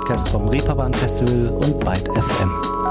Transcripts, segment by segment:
Podcast vom Reeperbahn Festival und Byte FM.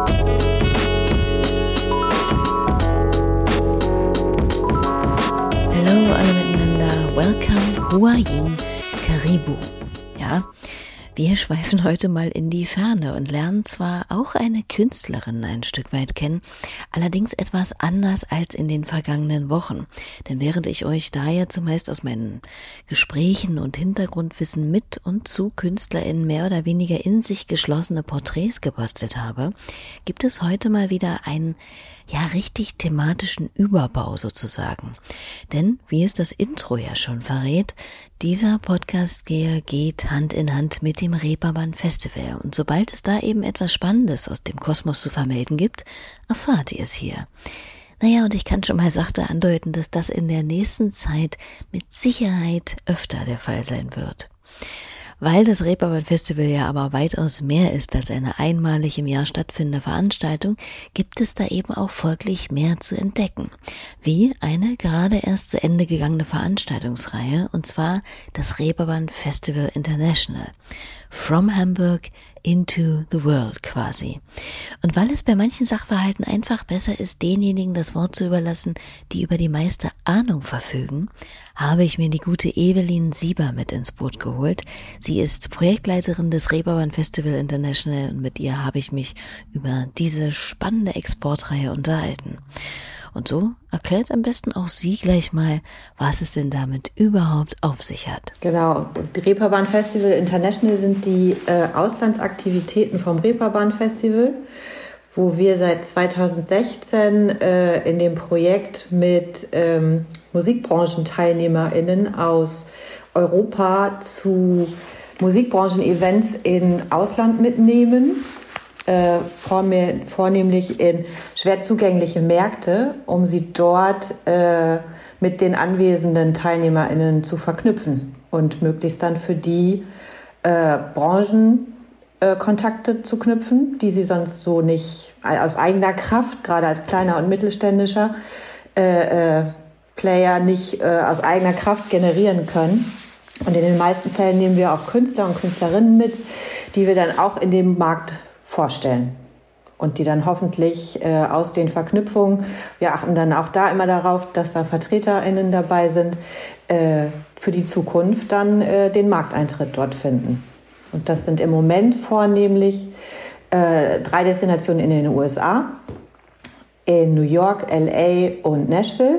Hallo alle miteinander, welcome, Huaying, Karibu. Ja, wir schweifen heute mal in die Ferne und lernen zwar auch eine Künstlerin ein Stück weit kennen, allerdings etwas anders als in den vergangenen Wochen. Denn während ich euch da ja zumeist aus meinen Gesprächen und Hintergrundwissen mit und zu KünstlerInnen mehr oder weniger in sich geschlossene Porträts gebastelt habe, gibt es heute mal wieder einen richtig thematischen Überbau sozusagen. Denn, wie es das Intro ja schon verrät, dieser Podcast-Geher geht Hand in Hand mit dem Reeperbahn Festival. Und sobald es da eben etwas Spannendes aus dem Kosmos zu vermelden gibt, erfahrt ihr es hier. Und ich kann schon mal sachte andeuten, dass das in der nächsten Zeit mit Sicherheit öfter der Fall sein wird. Weil das Reeperbahn Festival ja aber weitaus mehr ist als eine einmalig im Jahr stattfindende Veranstaltung, gibt es da eben auch folglich mehr zu entdecken. Wie eine gerade erst zu Ende gegangene Veranstaltungsreihe, und zwar das Reeperbahn Festival International. From Hamburg into the world quasi. Und weil es bei manchen Sachverhalten einfach besser ist, denjenigen das Wort zu überlassen, die über die meiste Ahnung verfügen, habe ich mir die gute Evelyn Sieber mit ins Boot geholt. Sie ist Projektleiterin des Reeperbahn Festival International und mit ihr habe ich mich über diese spannende Exportreihe unterhalten. Und so erklärt am besten auch sie gleich mal, was es denn damit überhaupt auf sich hat. Genau, Reeperbahn Festival International sind die Auslandsaktivitäten vom Reeperbahn Festival, wo wir seit 2016 in dem Projekt mit MusikbranchenteilnehmerInnen aus Europa zu Musikbranchen-Events im Ausland mitnehmen. Vornehmlich in schwer zugängliche Märkte, um sie dort mit den anwesenden TeilnehmerInnen zu verknüpfen und möglichst dann für die Branchenkontakte zu knüpfen, die sie sonst so nicht aus eigener Kraft, gerade als kleiner und mittelständischer Player nicht aus eigener Kraft generieren können. Und in den meisten Fällen nehmen wir auch Künstler und Künstlerinnen mit, die wir dann auch in dem Markt vorstellen und die dann hoffentlich aus den Verknüpfungen, wir achten dann auch da immer darauf, dass da VertreterInnen dabei sind, für die Zukunft dann den Markteintritt dort finden. Und das sind im Moment vornehmlich 3 Destinationen in den USA, in New York, LA und Nashville.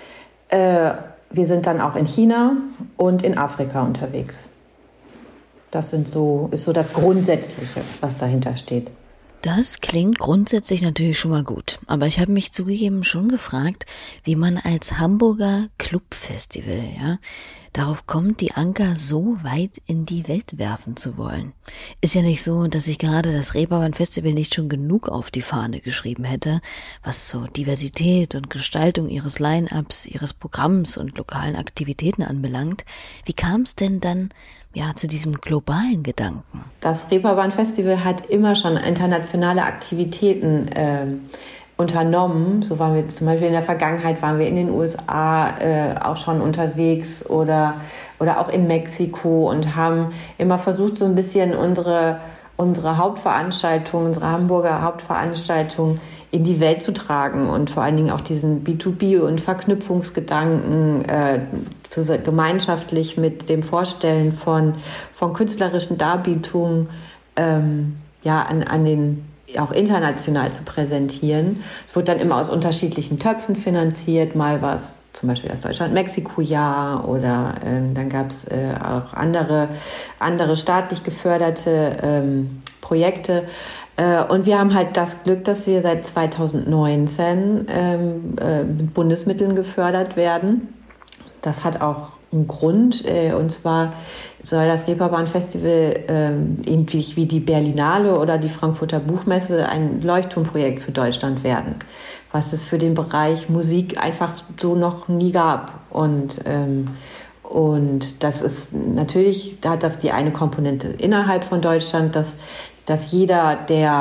Wir sind dann auch in China und in Afrika unterwegs. Das ist so das Grundsätzliche, was dahinter steht. Das klingt grundsätzlich natürlich schon mal gut, aber ich habe mich zugegeben schon gefragt, wie man als Hamburger Clubfestival, darauf kommt, die Anker so weit in die Welt werfen zu wollen. Ist ja nicht so, dass ich gerade das Reeperbahn Festival nicht schon genug auf die Fahne geschrieben hätte, was so Diversität und Gestaltung ihres Line-Ups, ihres Programms und lokalen Aktivitäten anbelangt. Wie kam es denn dann zu diesem globalen Gedanken? Das Reeperbahn Festival hat immer schon internationale Aktivitäten unternommen. So waren wir zum Beispiel in der Vergangenheit in den USA auch schon unterwegs oder auch in Mexiko und haben immer versucht, so ein bisschen unsere Hauptveranstaltung, unsere Hamburger Hauptveranstaltung in die Welt zu tragen und vor allen Dingen auch diesen B2B- und Verknüpfungsgedanken gemeinschaftlich mit dem Vorstellen von künstlerischen Darbietungen an den auch international zu präsentieren. Es wird dann immer aus unterschiedlichen Töpfen finanziert, mal was zum Beispiel das Deutschland-Mexiko-Jahr oder dann gab es auch andere staatlich geförderte Projekte. Und wir haben halt das Glück, dass wir seit 2019 mit Bundesmitteln gefördert werden. Das hat auch einen Grund, und zwar soll das Reeperbahn Festival ähnlich wie die Berlinale oder die Frankfurter Buchmesse ein Leuchtturmprojekt für Deutschland werden, was es für den Bereich Musik einfach so noch nie gab. Und das ist natürlich, da hat das die eine Komponente innerhalb von Deutschland, dass jeder,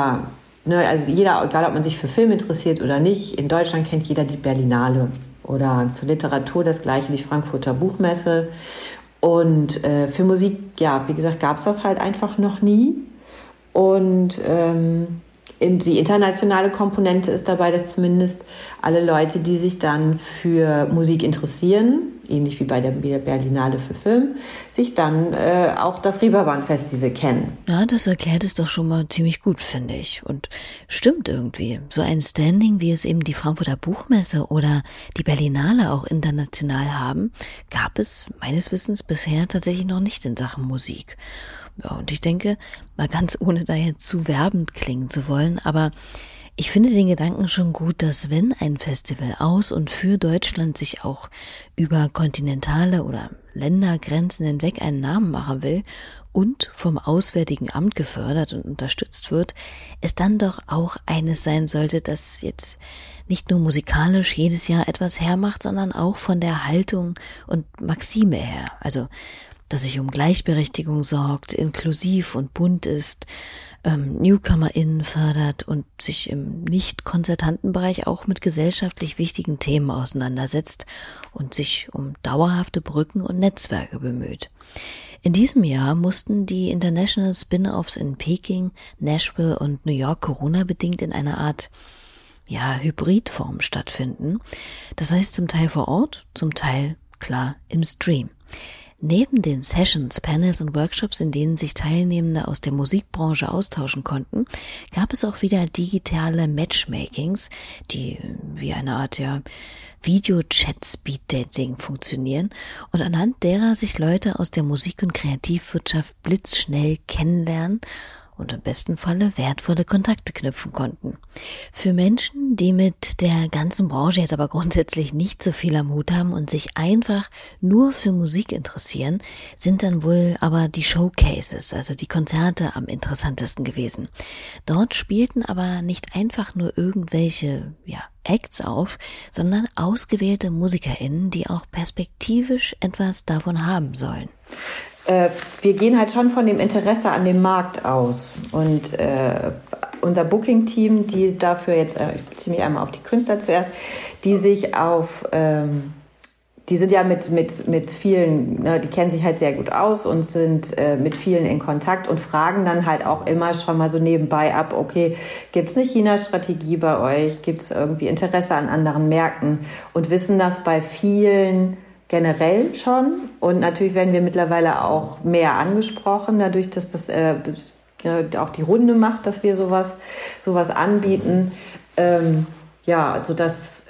egal ob man sich für Film interessiert oder nicht, in Deutschland kennt jeder die Berlinale. Oder für Literatur das gleiche, die Frankfurter Buchmesse. Und für Musik, wie gesagt, gab es das halt einfach noch nie. Und die internationale Komponente ist dabei, dass zumindest alle Leute, die sich dann für Musik interessieren, ähnlich wie bei der Berlinale für Film, sich dann auch das Reeperbahn Festival kennen. Ja, das erklärt es doch schon mal ziemlich gut, finde ich. Und stimmt irgendwie. So ein Standing, wie es eben die Frankfurter Buchmesse oder die Berlinale auch international haben, gab es meines Wissens bisher tatsächlich noch nicht in Sachen Musik. Ja, und ich denke, mal ganz ohne da jetzt zu werbend klingen zu wollen, aber ich finde den Gedanken schon gut, dass wenn ein Festival aus und für Deutschland sich auch über kontinentale oder Ländergrenzen hinweg einen Namen machen will und vom Auswärtigen Amt gefördert und unterstützt wird, es dann doch auch eines sein sollte, das jetzt nicht nur musikalisch jedes Jahr etwas hermacht, sondern auch von der Haltung und Maxime her. Also dass sich um Gleichberechtigung sorgt, inklusiv und bunt ist, NewcomerInnen fördert und sich im Nicht-Konzertantenbereich auch mit gesellschaftlich wichtigen Themen auseinandersetzt und sich um dauerhafte Brücken und Netzwerke bemüht. In diesem Jahr mussten die International Spin-Offs in Peking, Nashville und New York Corona-bedingt in einer Art Hybridform stattfinden. Das heißt zum Teil vor Ort, zum Teil, klar, im Stream. Neben den Sessions, Panels und Workshops, in denen sich Teilnehmende aus der Musikbranche austauschen konnten, gab es auch wieder digitale Matchmakings, die wie eine Art Video-Chat-Speed-Dating funktionieren und anhand derer sich Leute aus der Musik- und Kreativwirtschaft blitzschnell kennenlernen und im besten Falle wertvolle Kontakte knüpfen konnten. Für Menschen, die mit der ganzen Branche jetzt aber grundsätzlich nicht so viel am Hut haben und sich einfach nur für Musik interessieren, sind dann wohl aber die Showcases, also die Konzerte, am interessantesten gewesen. Dort spielten aber nicht einfach nur irgendwelche Acts auf, sondern ausgewählte MusikerInnen, die auch perspektivisch etwas davon haben sollen. Wir gehen halt schon von dem Interesse an dem Markt aus. Und unser Booking-Team, die dafür jetzt, ich beziehe mich einmal auf die Künstler zuerst, die sich die sind ja mit vielen, die kennen sich halt sehr gut aus und sind mit vielen in Kontakt und fragen dann halt auch immer schon mal so nebenbei ab, okay, gibt's eine China-Strategie bei euch? Gibt's irgendwie Interesse an anderen Märkten? Und wissen das bei vielen generell schon. Und natürlich werden wir mittlerweile auch mehr angesprochen, dadurch, dass das auch die Runde macht, dass wir sowas anbieten. Also das,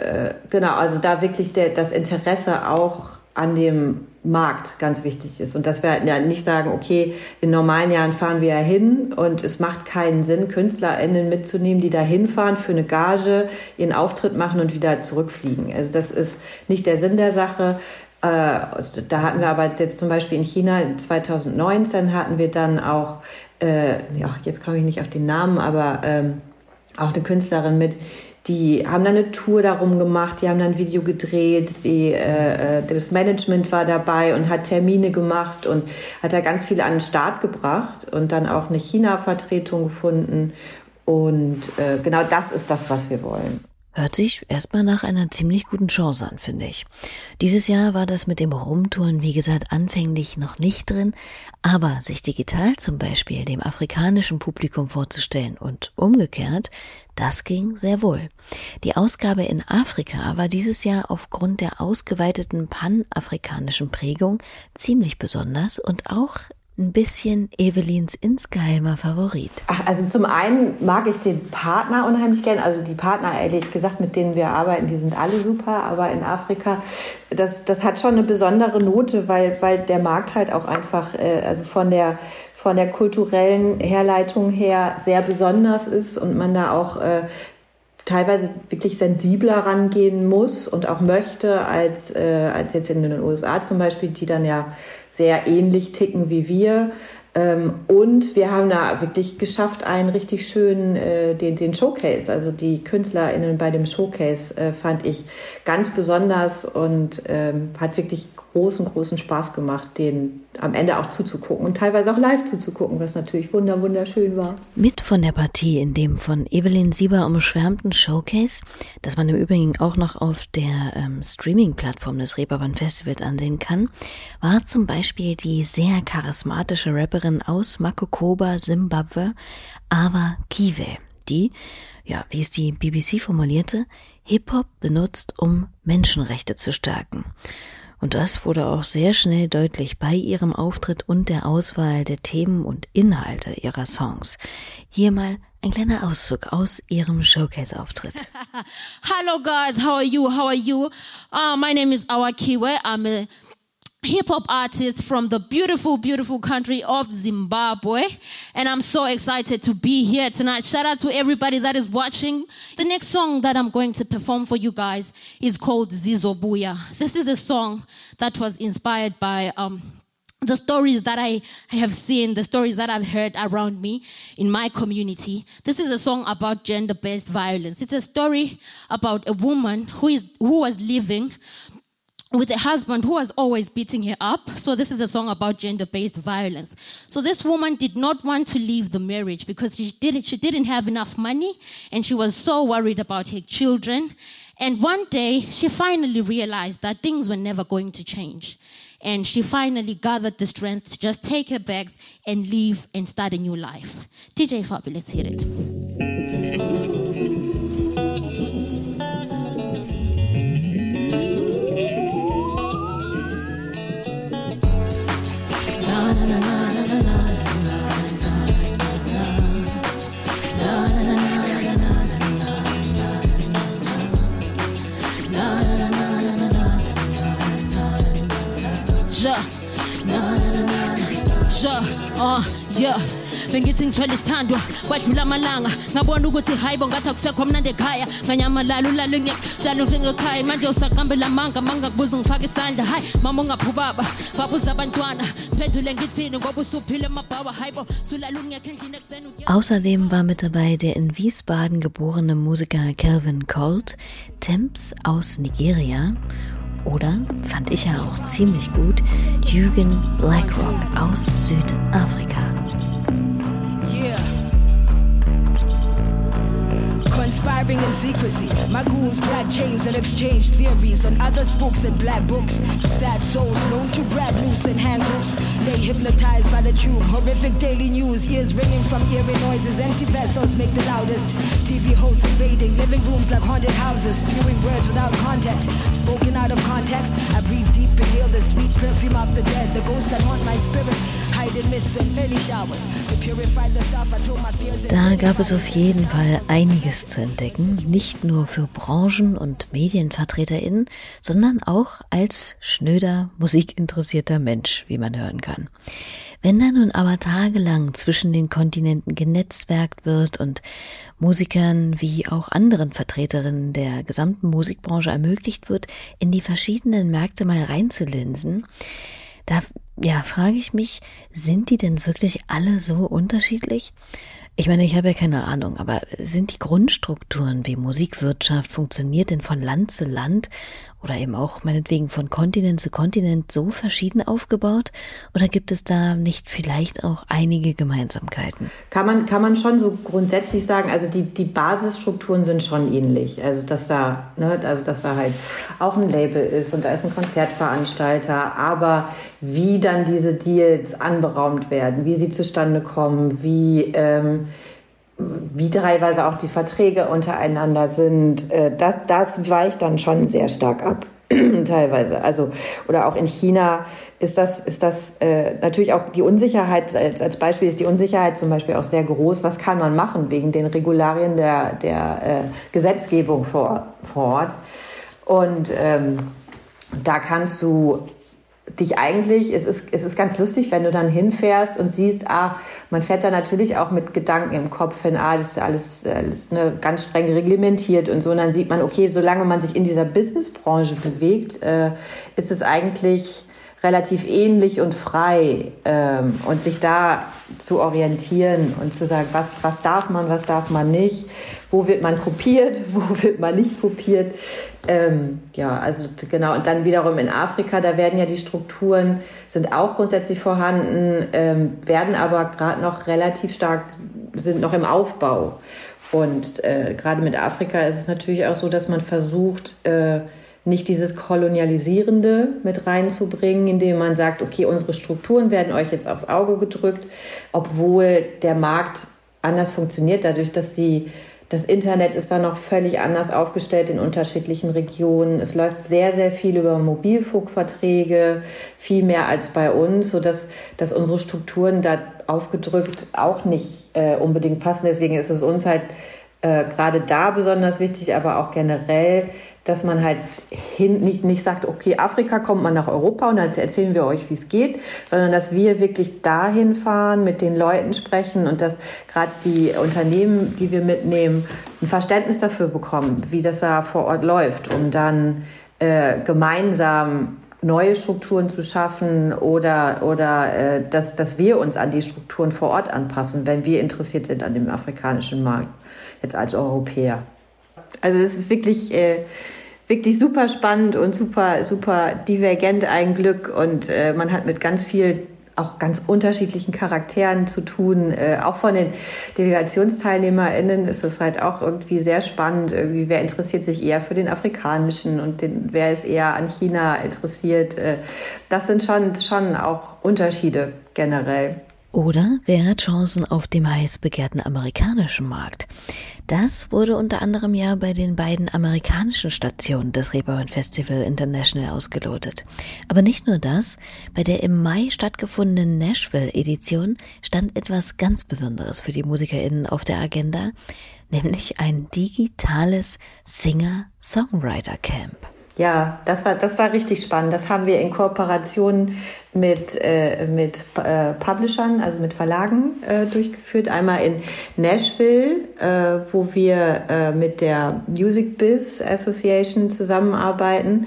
also da wirklich das Interesse auch an dem Markt ganz wichtig ist. Und dass wir ja nicht sagen, okay, in normalen Jahren fahren wir ja hin und es macht keinen Sinn, KünstlerInnen mitzunehmen, die da hinfahren für eine Gage, ihren Auftritt machen und wieder zurückfliegen. Also das ist nicht der Sinn der Sache. Da hatten wir aber jetzt zum Beispiel in China 2019 hatten wir dann auch, jetzt komme ich nicht auf den Namen, aber auch eine Künstlerin mit, die haben dann eine Tour darum gemacht, die haben dann ein Video gedreht, das Management war dabei und hat Termine gemacht und hat da ganz viel an den Start gebracht und dann auch eine China-Vertretung gefunden. Und genau das ist das, was wir wollen. Hört sich erstmal nach einer ziemlich guten Chance an, finde ich. Dieses Jahr war das mit dem Rumtouren, wie gesagt, anfänglich noch nicht drin, aber sich digital zum Beispiel dem afrikanischen Publikum vorzustellen und umgekehrt, das ging sehr wohl. Die Ausgabe in Afrika war dieses Jahr aufgrund der ausgeweiteten panafrikanischen Prägung ziemlich besonders und auch ein bisschen Evelins insgeheimer Favorit. Also zum einen mag ich den Partner unheimlich gern. Also die Partner, ehrlich gesagt, mit denen wir arbeiten, die sind alle super. Aber in Afrika, das hat schon eine besondere Note, weil der Markt halt auch einfach, also von der kulturellen Herleitung her sehr besonders ist und man da auch teilweise wirklich sensibler rangehen muss und auch möchte als jetzt in den USA zum Beispiel, die dann ja sehr ähnlich ticken wie wir. Und wir haben da wirklich geschafft, einen richtig schönen, den Showcase, also die KünstlerInnen bei dem Showcase fand ich ganz besonders und hat wirklich großen Spaß gemacht, den am Ende auch zuzugucken und teilweise auch live zuzugucken, was natürlich wunderschön war. Mit von der Partie in dem von Evelyn Sieber umschwärmten Showcase, das man im Übrigen auch noch auf der Streaming-Plattform des Reeperbahn Festivals ansehen kann, war zum Beispiel die sehr charismatische Rapperin Künstlerin aus Makokoba, Simbabwe, Ava Kiwe, die, ja, wie es die BBC formulierte, Hip-Hop benutzt, um Menschenrechte zu stärken. Und das wurde auch sehr schnell deutlich bei ihrem Auftritt und der Auswahl der Themen und Inhalte ihrer Songs. Hier mal ein kleiner Auszug aus ihrem Showcase-Auftritt. Hello guys, how are you? How are you? My name is Ava Kiwe. I'm a hip-hop artist from the beautiful, beautiful country of Zimbabwe. And I'm so excited to be here tonight. Shout out to everybody that is watching. The next song that I'm going to perform for you guys is called Zizobuya. This is a song that was inspired by the stories that I have seen, the stories that I've heard around me in my community. This is a song about gender-based violence. It's a story about a woman who was living with a husband who was always beating her up. So this is a song about gender-based violence. So this woman did not want to leave the marriage because she didn't have enough money, and she was so worried about her children. And one day she finally realized that things were never going to change. And she finally gathered the strength to just take her bags and leave and start a new life. DJ Fabi, let's hear it. Yeah. Bengithi ngithwele isithandwa wadlula amalanga ngabona ukuthi hayibo ngathi akusekho mnandi ekhaya nganyamalala ulala ngiyalo njengekhaya manje usaqambela amanga mangakubuza ngifaka isandla hayi mama ungaphubaba babuza abantwana phendule ngithini ngoba usuphile emabhawa hayibo sulala ungekho endlini ekseni. Außerdem war mit dabei der in Wiesbaden geborene Musiker Calvin Colt, Temps aus Nigeria oder, fand ich ja auch ziemlich gut, Jürgen Blackrock aus Südafrika. Conspiring in secrecy, my ghouls drag chains and exchange theories on other spooks and black books. Sad souls known to grab loose and hang loose. They hypnotized by the tube, horrific daily news. Ears ringing from eerie noises, empty vessels make the loudest. TV hosts invading living rooms like haunted houses. Spewing words without content, spoken out of context. I breathe deep, inhale the sweet perfume of the dead. The ghosts that haunt my spirit, hide in mists and early showers. To purify the self, I throw my fears in. Da gab es auf jeden Fall einiges zu entdecken, nicht nur für Branchen- und MedienvertreterInnen, sondern auch als schnöder, musikinteressierter Mensch, wie man hören kann. Wenn da nun aber tagelang zwischen den Kontinenten genetzwerkt wird und Musikern wie auch anderen Vertreterinnen der gesamten Musikbranche ermöglicht wird, in die verschiedenen Märkte mal reinzulinsen, da frage ich mich, sind die denn wirklich alle so unterschiedlich? Ich meine, ich habe ja keine Ahnung, aber sind die Grundstrukturen wie Musikwirtschaft, funktioniert denn von Land zu Land oder eben auch meinetwegen von Kontinent zu Kontinent so verschieden aufgebaut? Oder gibt es da nicht vielleicht auch einige Gemeinsamkeiten? Kann man schon so grundsätzlich sagen, also die Basisstrukturen sind schon ähnlich. Also dass da halt auch ein Label ist und da ist ein Konzertveranstalter, aber wie dann diese Deals anberaumt werden, wie sie zustande kommen, wie teilweise auch die Verträge untereinander sind, das weicht dann schon sehr stark ab, teilweise. Also, oder auch in China ist das natürlich auch die Unsicherheit, als Beispiel ist die Unsicherheit zum Beispiel auch sehr groß. Was kann man machen wegen den Regularien der Gesetzgebung vor Ort? Und da kannst du dich eigentlich, es ist ganz lustig, wenn du dann hinfährst und siehst, man fährt da natürlich auch mit Gedanken im Kopf hin, das ist alles ganz streng reglementiert und so. Und dann sieht man, okay, solange man sich in dieser Businessbranche bewegt, ist es eigentlich relativ ähnlich und frei, und sich da zu orientieren und zu sagen, was darf man nicht, wo wird man kopiert, wo wird man nicht kopiert. Also genau. Und dann wiederum in Afrika, da werden ja die Strukturen, sind auch grundsätzlich vorhanden, werden aber gerade noch relativ stark, sind noch im Aufbau. Und gerade mit Afrika ist es natürlich auch so, dass man versucht, nicht dieses Kolonialisierende mit reinzubringen, indem man sagt, okay, unsere Strukturen werden euch jetzt aufs Auge gedrückt, obwohl der Markt anders funktioniert, dadurch, dass das Internet ist da noch völlig anders aufgestellt in unterschiedlichen Regionen. Es läuft sehr, sehr viel über Mobilfunkverträge, viel mehr als bei uns, sodass unsere Strukturen da aufgedrückt auch nicht unbedingt passen. Deswegen ist es uns halt gerade da besonders wichtig, aber auch generell, dass man halt nicht sagt, okay, Afrika kommt mal nach Europa und dann erzählen wir euch, wie es geht, sondern dass wir wirklich dahin fahren, mit den Leuten sprechen und dass gerade die Unternehmen, die wir mitnehmen, ein Verständnis dafür bekommen, wie das da vor Ort läuft, um dann gemeinsam neue Strukturen zu schaffen oder dass wir uns an die Strukturen vor Ort anpassen, wenn wir interessiert sind an dem afrikanischen Markt, jetzt als Europäer. Also es ist wirklich super spannend und super divergent ein Glück und man hat mit ganz viel, auch ganz unterschiedlichen Charakteren zu tun. Auch von den DelegationsteilnehmerInnen ist es halt auch irgendwie sehr spannend. Irgendwie, wer interessiert sich eher für den afrikanischen und wer ist eher an China interessiert. Das sind schon auch Unterschiede generell. Oder wer hat Chancen auf dem heiß begehrten amerikanischen Markt? Das wurde unter anderem ja bei den beiden amerikanischen Stationen des Reeperbahn Festival International ausgelotet. Aber nicht nur das, bei der im Mai stattgefundenen Nashville-Edition stand etwas ganz Besonderes für die MusikerInnen auf der Agenda, nämlich ein digitales Singer-Songwriter-Camp. Ja, das war richtig spannend. Das haben wir in Kooperation mit Publishern, also mit Verlagen durchgeführt. Einmal in Nashville, wo wir mit der Music Biz Association zusammenarbeiten.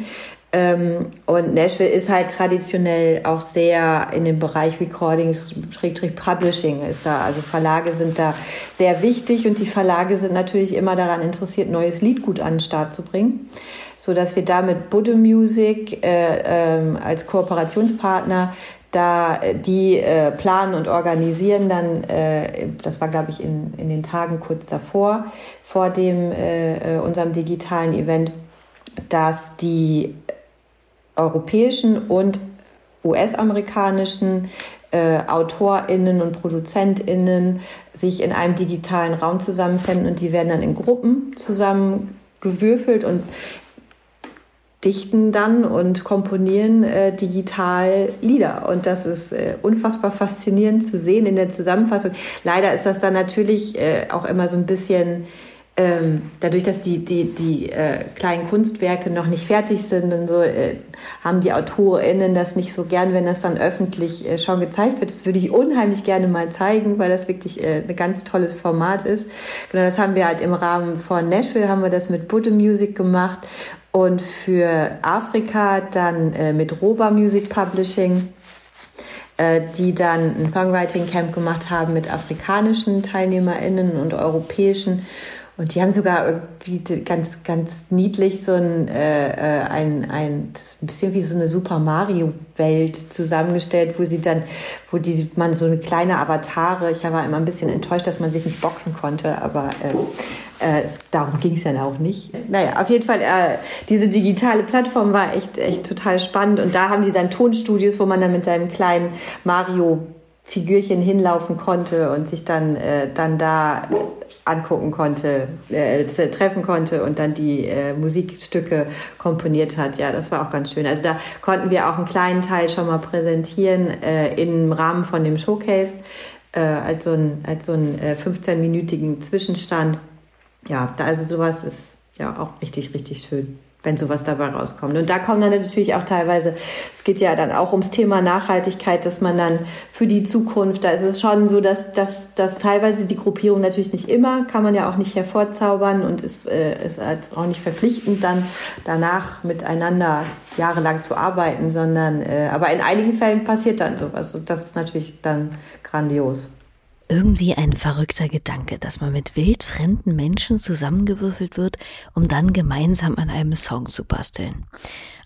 Und Nashville ist halt traditionell auch sehr in dem Bereich Recordings, Publishing ist da. Also Verlage sind da sehr wichtig und die Verlage sind natürlich immer daran interessiert, neues Liedgut an den Start zu bringen, so dass wir da mit Budde Music als Kooperationspartner da die planen und organisieren dann, das war glaube ich in den Tagen kurz davor, vor dem unserem digitalen Event, dass die europäischen und US-amerikanischen AutorInnen und ProduzentInnen sich in einem digitalen Raum zusammenfinden und die werden dann in Gruppen zusammengewürfelt und dichten dann und komponieren digital Lieder. Und das ist unfassbar faszinierend zu sehen in der Zusammenfassung. Leider ist das dann natürlich auch immer so ein bisschen dadurch, dass die kleinen Kunstwerke noch nicht fertig sind und so, haben die AutorInnen das nicht so gern, wenn das dann öffentlich schon gezeigt wird. Das würde ich unheimlich gerne mal zeigen, weil das wirklich ein ganz tolles Format ist. Genau, das haben wir halt im Rahmen von Nashville, haben wir das mit Budde Music gemacht und für Afrika dann mit Roba Music Publishing, die dann ein Songwriting Camp gemacht haben mit afrikanischen TeilnehmerInnen und europäischen. Und die haben sogar irgendwie ganz, ganz niedlich so das ist ein bisschen wie so eine Super Mario Welt zusammengestellt, wo man so eine kleine Avatare, ich war immer ein bisschen enttäuscht, dass man sich nicht boxen konnte, aber darum ging es ja auch nicht. Naja, auf jeden Fall, diese digitale Plattform war echt total spannend und da haben die dann Tonstudios, wo man dann mit seinem kleinen Mario-Figürchen hinlaufen konnte und sich dann da angucken konnte, treffen konnte und dann die Musikstücke komponiert hat. Ja, das war auch ganz schön. Also da konnten wir auch einen kleinen Teil schon mal präsentieren im Rahmen von dem Showcase als so einen 15-minütigen Zwischenstand. Ja, also sowas ist ja auch richtig, richtig schön, wenn sowas dabei rauskommt. Und da kommen dann natürlich auch teilweise, es geht ja dann auch ums Thema Nachhaltigkeit, dass man dann für die Zukunft, da ist es schon so, dass teilweise die Gruppierung natürlich nicht immer, kann man ja auch nicht hervorzaubern und ist halt auch nicht verpflichtend, dann danach miteinander jahrelang zu arbeiten, sondern aber in einigen Fällen passiert dann sowas und das ist natürlich dann grandios. Irgendwie ein verrückter Gedanke, dass man mit wildfremden Menschen zusammengewürfelt wird, um dann gemeinsam an einem Song zu basteln.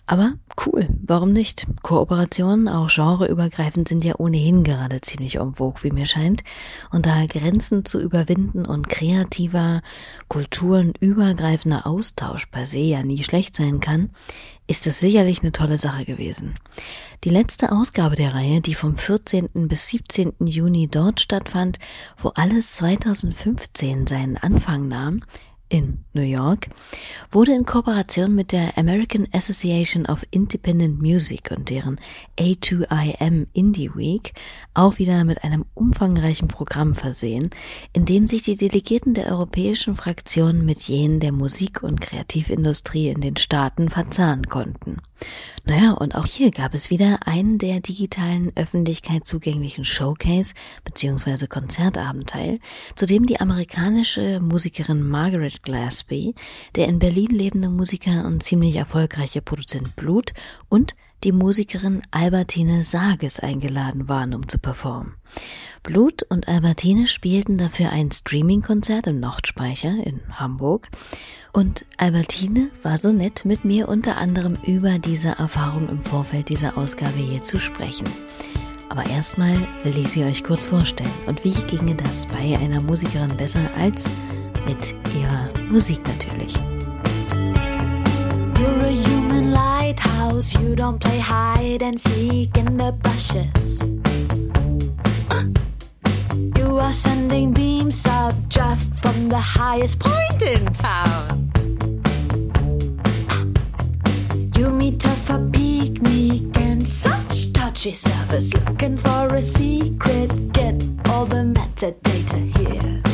Aber cool, warum nicht? Kooperationen, auch genreübergreifend, sind ja ohnehin gerade ziemlich en vogue, wie mir scheint. Und da Grenzen zu überwinden und kreativer, kulturenübergreifender Austausch per se ja nie schlecht sein kann, ist das sicherlich eine tolle Sache gewesen. Die letzte Ausgabe der Reihe, die vom 14. bis 17. Juni dort stattfand, wo alles 2015 seinen Anfang nahm, in New York, wurde in Kooperation mit der American Association of Independent Music und deren A2IM Indie Week auch wieder mit einem umfangreichen Programm versehen, in dem sich die Delegierten der europäischen Fraktionen mit jenen der Musik- und Kreativindustrie in den Staaten verzahnen konnten. Naja, und auch hier gab es wieder einen der digitalen Öffentlichkeit zugänglichen Showcase bzw. Konzertabendteil, zu dem die amerikanische Musikerin Margaret Glaspie, der in Berlin lebende Musiker und ziemlich erfolgreiche Produzent Blut und die Musikerin Albertine Sages eingeladen waren, um zu performen. Blut und Albertine spielten dafür ein Streaming-Konzert im Nordspeicher in Hamburg und Albertine war so nett, mit mir unter anderem über diese Erfahrung im Vorfeld dieser Ausgabe hier zu sprechen. Aber erstmal will ich sie euch kurz vorstellen. Und wie ginge das bei einer Musikerin besser als mit ihrer Musik natürlich? You're a human lighthouse, you don't play hide and seek in the bushes. You are sending beams out just from the highest point in town. You meet her for picnic and such touchy service, looking for a secret, get all the metadata here.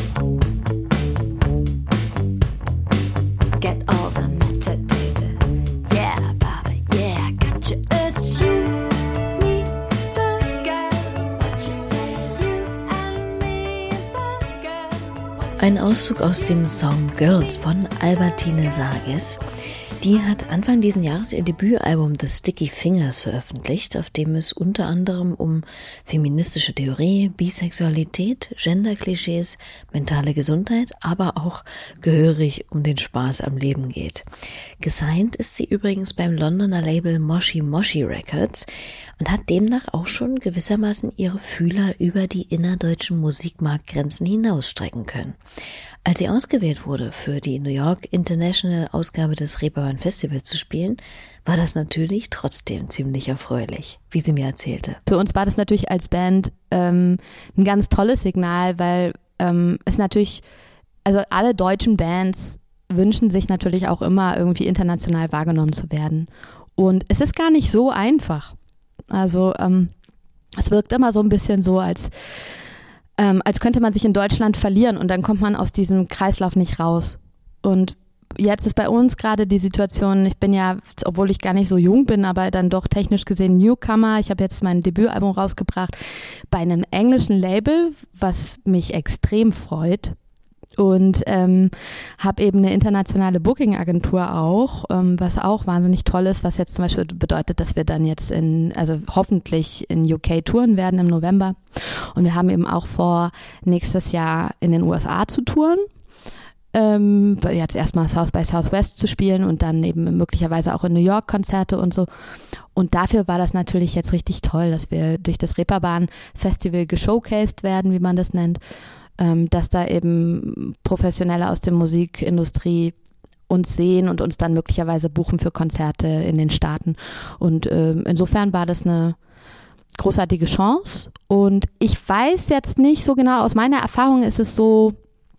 Get all the metadata. Yeah, baby, yeah, gotcha. It's you, me, the girl. What you say, you and me, the girl. Ein Auszug aus dem Song Girls von Albertine Sages. Die hat Anfang diesen Jahres ihr Debütalbum The Sticky Fingers veröffentlicht, auf dem es unter anderem um feministische Theorie, Bisexualität, Genderklischees, mentale Gesundheit, aber auch gehörig um den Spaß am Leben geht. Gesigned ist sie übrigens beim Londoner Label Moshi Moshi Records und hat demnach auch schon gewissermaßen ihre Fühler über die innerdeutschen Musikmarktgrenzen hinausstrecken können. Als sie ausgewählt wurde, für die New York International Ausgabe des Reeperbahn Festivals zu spielen, war das natürlich trotzdem ziemlich erfreulich, wie sie mir erzählte. Für uns war das natürlich als Band ein ganz tolles Signal, weil es natürlich, also alle deutschen Bands wünschen sich natürlich auch immer irgendwie international wahrgenommen zu werden. Und es ist gar nicht so einfach. Also es wirkt immer so ein bisschen so, als könnte man sich in Deutschland verlieren und dann kommt man aus diesem Kreislauf nicht raus. Und jetzt ist bei uns gerade die Situation, ich bin ja, obwohl ich gar nicht so jung bin, aber dann doch technisch gesehen Newcomer. Ich habe jetzt mein Debütalbum rausgebracht bei einem englischen Label, was mich extrem freut. Und habe eben eine internationale Booking-Agentur auch, was auch wahnsinnig toll ist, was jetzt zum Beispiel bedeutet, dass wir dann jetzt hoffentlich in UK touren werden im November. Und wir haben eben auch vor, nächstes Jahr in den USA zu touren. Jetzt erstmal South by Southwest zu spielen und dann eben möglicherweise auch in New York Konzerte und so. Und dafür war das natürlich jetzt richtig toll, dass wir durch das Reeperbahn Festival geshowcased werden, wie man das nennt. Dass da eben Professionelle aus der Musikindustrie uns sehen und uns dann möglicherweise buchen für Konzerte in den Staaten. Und insofern war das eine großartige Chance. Und ich weiß jetzt nicht so genau, aus meiner Erfahrung ist es so,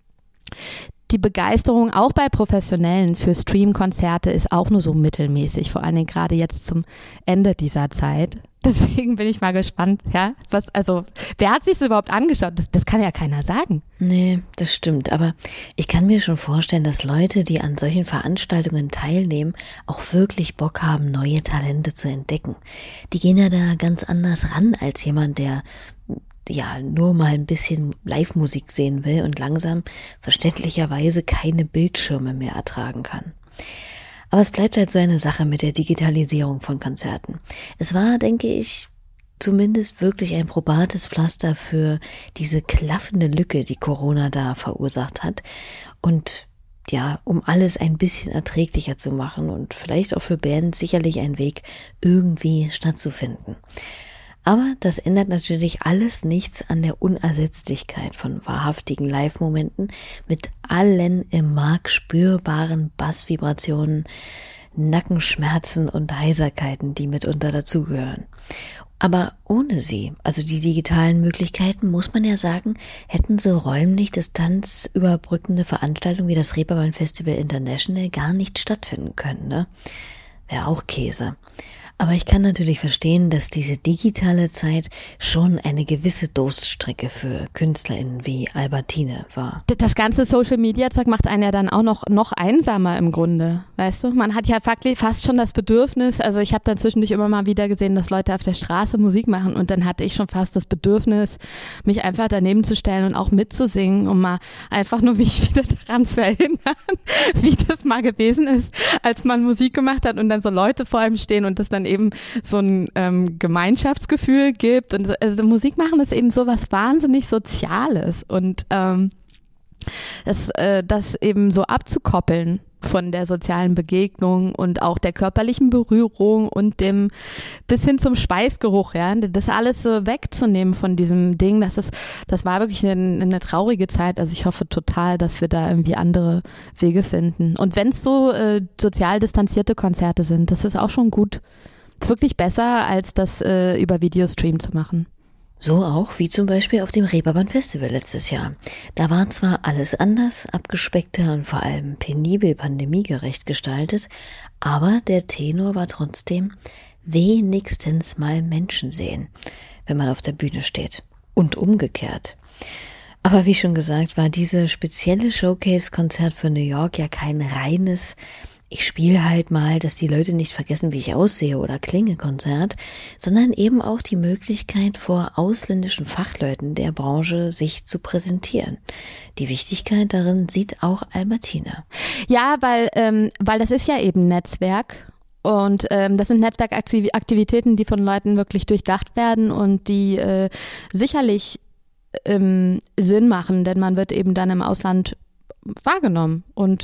die Begeisterung auch bei Professionellen für Stream-Konzerte ist auch nur so mittelmäßig, vor allen Dingen gerade jetzt zum Ende dieser Zeit. Deswegen bin ich mal gespannt, ja, wer hat sich das überhaupt angeschaut? Das kann ja keiner sagen. Nee, das stimmt, aber ich kann mir schon vorstellen, dass Leute, die an solchen Veranstaltungen teilnehmen, auch wirklich Bock haben, neue Talente zu entdecken. Die gehen ja da ganz anders ran als jemand, der ja nur mal ein bisschen Live-Musik sehen will und langsam verständlicherweise keine Bildschirme mehr ertragen kann. Aber es bleibt halt so eine Sache mit der Digitalisierung von Konzerten. Es war, denke ich, zumindest wirklich ein probates Pflaster für diese klaffende Lücke, die Corona da verursacht hat. Und ja, um alles ein bisschen erträglicher zu machen und vielleicht auch für Bands sicherlich ein Weg, irgendwie stattzufinden. Aber das ändert natürlich alles nichts an der Unersetzlichkeit von wahrhaftigen Live-Momenten mit allen im Mark spürbaren Bassvibrationen, Nackenschmerzen und Heiserkeiten, die mitunter dazugehören. Aber ohne sie, also die digitalen Möglichkeiten, muss man ja sagen, hätten so räumlich distanzüberbrückende Veranstaltungen wie das Reeperbahn Festival International gar nicht stattfinden können, ne? Wäre auch Käse. Aber ich kann natürlich verstehen, dass diese digitale Zeit schon eine gewisse Durststrecke für KünstlerInnen wie Albertine war. Das ganze Social-Media-Zeug macht einen ja dann auch noch einsamer im Grunde, weißt du? Man hat ja fast schon das Bedürfnis, also ich habe dann zwischendurch immer mal wieder gesehen, dass Leute auf der Straße Musik machen und dann hatte ich schon fast das Bedürfnis, mich einfach daneben zu stellen und auch mitzusingen, um mal einfach nur mich wieder daran zu erinnern, wie das mal gewesen ist, als man Musik gemacht hat und dann so Leute vor einem stehen und das dann eben so ein Gemeinschaftsgefühl gibt. Und also Musik machen ist eben sowas wahnsinnig Soziales und das eben so abzukoppeln von der sozialen Begegnung und auch der körperlichen Berührung und dem bis hin zum Schweißgeruch, ja, das alles so wegzunehmen von diesem Ding, das war wirklich eine traurige Zeit. Also ich hoffe total, dass wir da irgendwie andere Wege finden. Und wenn es so sozial distanzierte Konzerte sind, das ist auch schon gut. Ist wirklich besser, als das über Videostream zu machen. So auch wie zum Beispiel auf dem Reeperbahn Festival letztes Jahr. Da war zwar alles anders, abgespeckter und vor allem penibel pandemiegerecht gestaltet, aber der Tenor war trotzdem wenigstens mal Menschen sehen, wenn man auf der Bühne steht. Und umgekehrt. Aber wie schon gesagt, war dieses spezielle Showcase-Konzert für New York ja kein reines ich spiele halt mal, dass die Leute nicht vergessen, wie ich aussehe oder klinge Konzert, sondern eben auch die Möglichkeit vor ausländischen Fachleuten der Branche sich zu präsentieren. Die Wichtigkeit darin sieht auch Albertine. Ja, weil das ist ja eben Netzwerk. Und das sind Netzwerkaktivitäten, die von Leuten wirklich durchdacht werden und die sicherlich Sinn machen, denn man wird eben dann im Ausland wahrgenommen und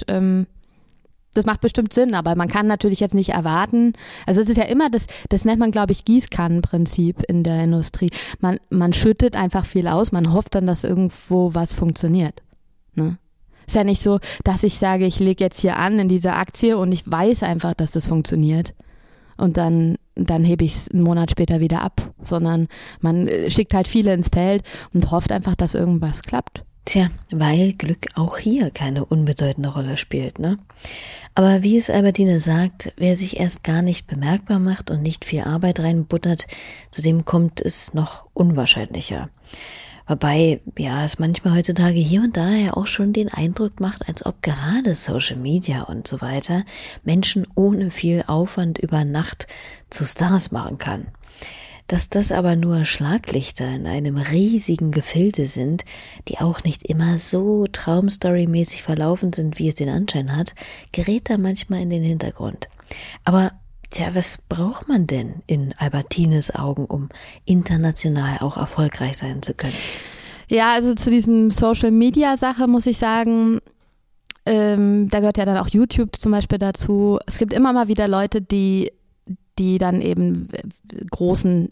das macht bestimmt Sinn, aber man kann natürlich jetzt nicht erwarten, also es ist ja immer das nennt man, glaube ich, Gießkannenprinzip in der Industrie. Man schüttet einfach viel aus, man hofft dann, dass irgendwo was funktioniert. Ne? Ist ja nicht so, dass ich sage, ich lege jetzt hier an in diese Aktie und ich weiß einfach, dass das funktioniert. Und dann hebe ich es einen Monat später wieder ab, sondern man schickt halt viele ins Feld und hofft einfach, dass irgendwas klappt. Tja, weil Glück auch hier keine unbedeutende Rolle spielt, ne? Aber wie es Albertine sagt, wer sich erst gar nicht bemerkbar macht und nicht viel Arbeit reinbuttert, zu dem kommt es noch unwahrscheinlicher. Wobei, ja, es manchmal heutzutage hier und da ja auch schon den Eindruck macht, als ob gerade Social Media und so weiter Menschen ohne viel Aufwand über Nacht zu Stars machen kann. Dass das aber nur Schlaglichter in einem riesigen Gefilde sind, die auch nicht immer so traumstorymäßig verlaufen sind, wie es den Anschein hat, gerät da manchmal in den Hintergrund. Aber tja, was braucht man denn in Albertines Augen, um international auch erfolgreich sein zu können? Ja, also zu diesem Social-Media-Sache muss ich sagen, da gehört ja dann auch YouTube zum Beispiel dazu. Es gibt immer mal wieder Leute, die dann eben großen,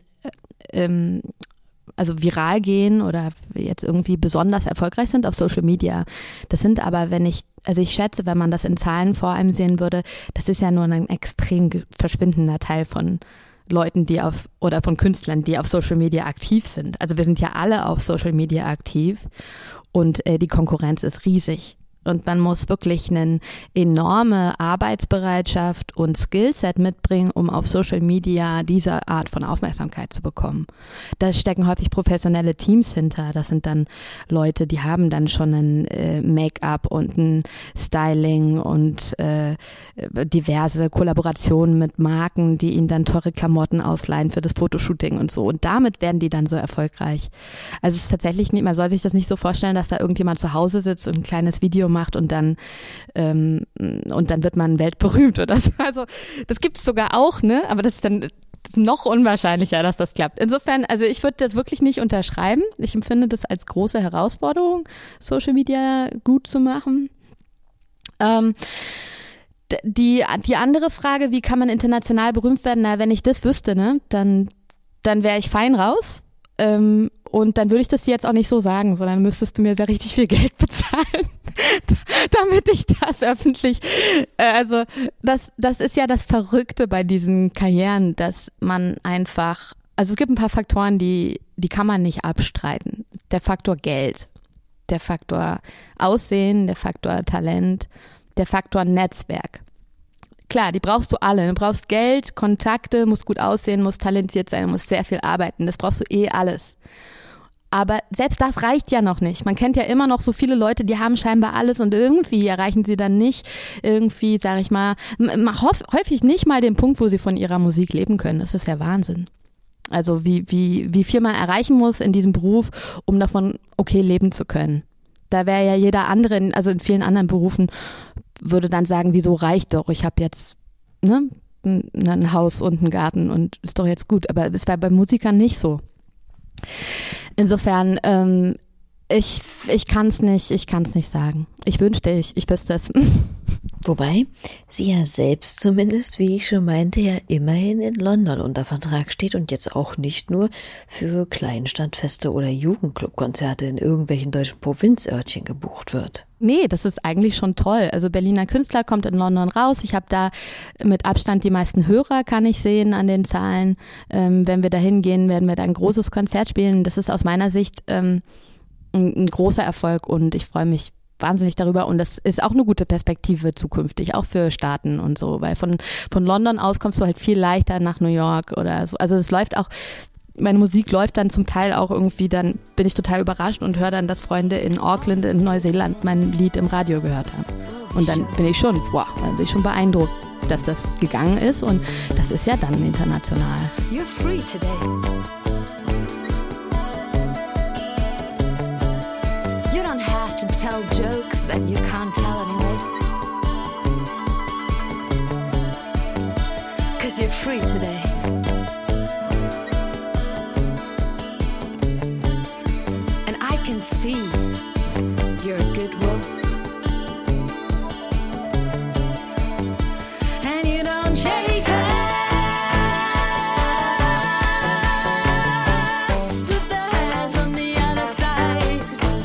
also viral gehen oder jetzt irgendwie besonders erfolgreich sind auf Social Media. Das sind aber, ich schätze, wenn man das in Zahlen vor einem sehen würde, das ist ja nur ein extrem verschwindender Teil von Leuten, oder von Künstlern, die auf Social Media aktiv sind. Also wir sind ja alle auf Social Media aktiv und die Konkurrenz ist riesig. Und man muss wirklich eine enorme Arbeitsbereitschaft und Skillset mitbringen, um auf Social Media diese Art von Aufmerksamkeit zu bekommen. Da stecken häufig professionelle Teams hinter. Das sind dann Leute, die haben dann schon ein Make-up und ein Styling und diverse Kollaborationen mit Marken, die ihnen dann teure Klamotten ausleihen für das Fotoshooting und so. Und damit werden die dann so erfolgreich. Also es ist tatsächlich nicht, man soll sich das nicht so vorstellen, dass da irgendjemand zu Hause sitzt und ein kleines Video macht und dann wird man weltberühmt oder so. Also das gibt es sogar auch, ne? Aber das ist noch unwahrscheinlicher, dass das klappt. Insofern, also ich würde das wirklich nicht unterschreiben. Ich empfinde das als große Herausforderung, Social Media gut zu machen. Die andere Frage, wie kann man international berühmt werden? Na, wenn ich das wüsste, ne, dann wäre ich fein raus. Und dann würde ich das dir jetzt auch nicht so sagen, sondern müsstest du mir sehr richtig viel Geld bezahlen, damit ich das öffentlich, also das ist ja das Verrückte bei diesen Karrieren, dass man einfach, also es gibt ein paar Faktoren, die kann man nicht abstreiten. Der Faktor Geld, der Faktor Aussehen, der Faktor Talent, der Faktor Netzwerk. Klar, die brauchst du alle. Du brauchst Geld, Kontakte, musst gut aussehen, musst talentiert sein, musst sehr viel arbeiten. Das brauchst du alles. Aber selbst das reicht ja noch nicht. Man kennt ja immer noch so viele Leute, die haben scheinbar alles und irgendwie erreichen sie dann nicht irgendwie, sag ich mal, häufig nicht mal den Punkt, wo sie von ihrer Musik leben können. Das ist ja Wahnsinn. Also wie viel man erreichen muss in diesem Beruf, um davon okay leben zu können. Da wäre ja jeder andere, also in vielen anderen Berufen, würde dann sagen, wieso reicht doch, ich habe jetzt ein Haus und einen Garten und ist doch jetzt gut. Aber es war bei Musikern nicht so. Insofern, ich kann es nicht sagen. Ich wünschte, ich wüsste es. Wobei sie ja selbst zumindest, wie ich schon meinte, ja immerhin in London unter Vertrag steht und jetzt auch nicht nur für Kleinstadtfeste oder Jugendclubkonzerte in irgendwelchen deutschen Provinzörtchen gebucht wird. Nee, das ist eigentlich schon toll. Also Berliner Künstler kommt in London raus. Ich habe da mit Abstand die meisten Hörer, kann ich sehen an den Zahlen. Wenn wir da hingehen, werden wir da ein großes Konzert spielen. Das ist aus meiner Sicht ein großer Erfolg und ich freue mich wahnsinnig darüber und das ist auch eine gute Perspektive zukünftig, auch für Staaten und so, weil von London aus kommst du halt viel leichter nach New York oder so. Also es läuft auch, meine Musik läuft dann zum Teil auch irgendwie, dann bin ich total überrascht und höre dann, dass Freunde in Auckland in Neuseeland mein Lied im Radio gehört haben. Und dann bin ich schon beeindruckt, dass das gegangen ist und das ist ja dann international. You're free today. You don't have to tell jokes that you can't tell anyway. 'Cause you're free today. And I can see your goodwill. And you don't shake us with the hands from the other side.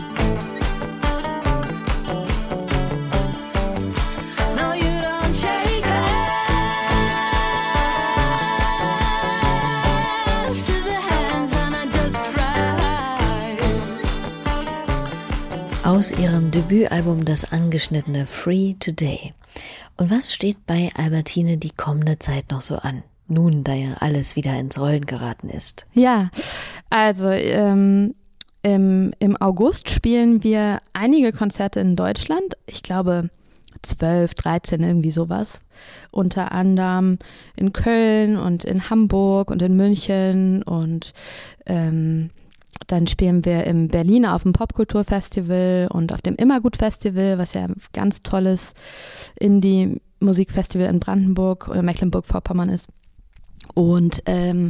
No, you don't shake us to the hands and I just ride. Aus ihrem Debütalbum das angeschnittene Free Today. Und was steht bei Albertine die kommende Zeit noch so an? Nun, da ja alles wieder ins Rollen geraten ist. Ja, also im August spielen wir einige Konzerte in Deutschland. Ich glaube 12, 13, irgendwie sowas. Unter anderem in Köln und in Hamburg und in München und dann spielen wir in Berlin auf dem Popkulturfestival und auf dem Immergut-Festival, was ja ein ganz tolles Indie-Musikfestival in Brandenburg oder Mecklenburg-Vorpommern ist. Und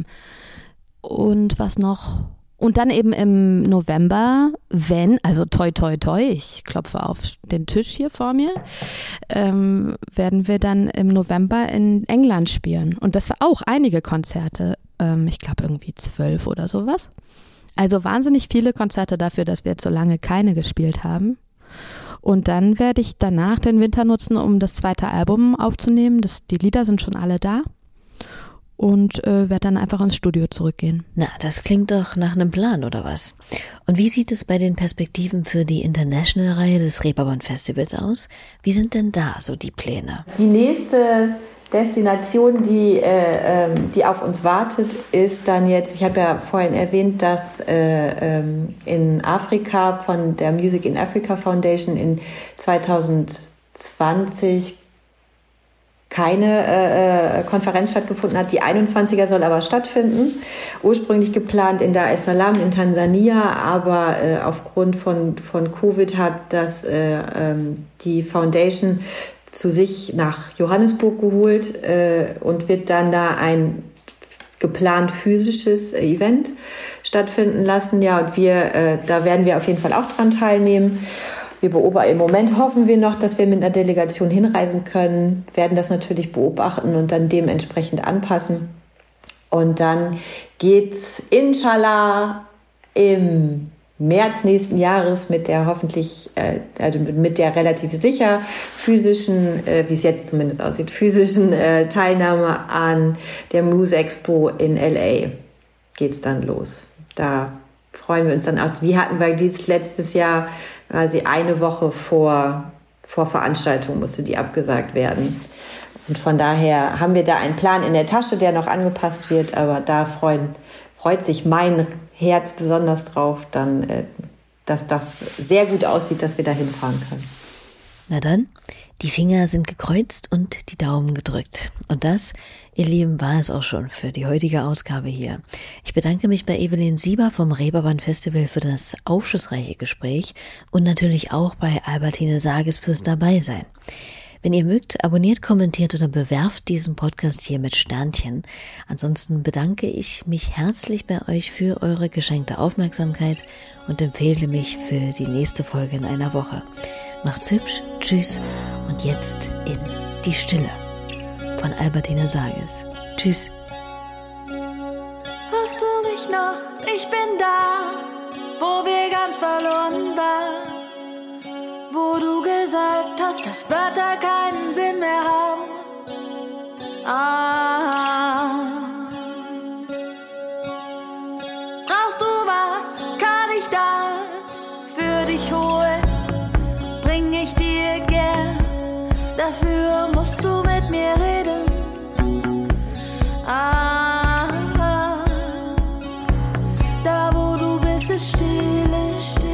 was noch? Und dann eben im November, also toi toi toi, ich klopfe auf den Tisch hier vor mir, werden wir dann im November in England spielen. Und das war auch einige Konzerte, ich glaube irgendwie 12 oder sowas. Also wahnsinnig viele Konzerte dafür, dass wir jetzt so lange keine gespielt haben. Und dann werde ich danach den Winter nutzen, um das zweite Album aufzunehmen. Die Lieder sind schon alle da. Und werde dann einfach ins Studio zurückgehen. Na, das klingt doch nach einem Plan, oder was? Und wie sieht es bei den Perspektiven für die International-Reihe des Reeperbahn Festivals aus? Wie sind denn da so die Pläne? Die nächste Destination, die auf uns wartet, ist dann jetzt, ich habe ja vorhin erwähnt, dass in Afrika von der Music in Africa Foundation in 2020 keine Konferenz stattgefunden hat. Die 21er soll aber stattfinden. Ursprünglich geplant in Dar es Salaam in Tansania, aber aufgrund von Covid hat das die Foundation zu sich nach Johannesburg geholt und wird dann da ein geplant physisches Event stattfinden lassen. Ja, und da werden wir auf jeden Fall auch dran teilnehmen. Im Moment hoffen wir noch, dass wir mit einer Delegation hinreisen können, werden das natürlich beobachten und dann dementsprechend anpassen. Und dann geht's inshallah im März nächsten Jahres mit der hoffentlich, mit der relativ sicher physischen, wie es jetzt zumindest aussieht, physischen Teilnahme an der Muse Expo in LA geht's dann los. Da freuen wir uns dann auch. Die hatten wir letztes Jahr, quasi eine Woche vor Veranstaltung musste die abgesagt werden. Und von daher haben wir da einen Plan in der Tasche, der noch angepasst wird, aber da freut sich mein Herz besonders drauf, dann, dass das sehr gut aussieht, dass wir da hinfahren können. Na dann, die Finger sind gekreuzt und die Daumen gedrückt. Und das, ihr Lieben, war es auch schon für die heutige Ausgabe hier. Ich bedanke mich bei Evelyn Sieber vom Reeperbahn Festival für das aufschlussreiche Gespräch und natürlich auch bei Albertine Sages fürs Dabeisein. Wenn ihr mögt, abonniert, kommentiert oder bewerft diesen Podcast hier mit Sternchen. Ansonsten bedanke ich mich herzlich bei euch für eure geschenkte Aufmerksamkeit und empfehle mich für die nächste Folge in einer Woche. Macht's hübsch, tschüss und jetzt in die Stille von Albertine Sages. Tschüss. Hörst du mich noch? Ich bin da, wo wir ganz verloren waren. Wo du gesagt hast, dass Wörter keinen Sinn mehr haben. Brauchst du was? Kann ich das für dich holen? Bring ich dir gern, dafür musst du mit mir reden. Da wo du bist, ist Stille, Stille.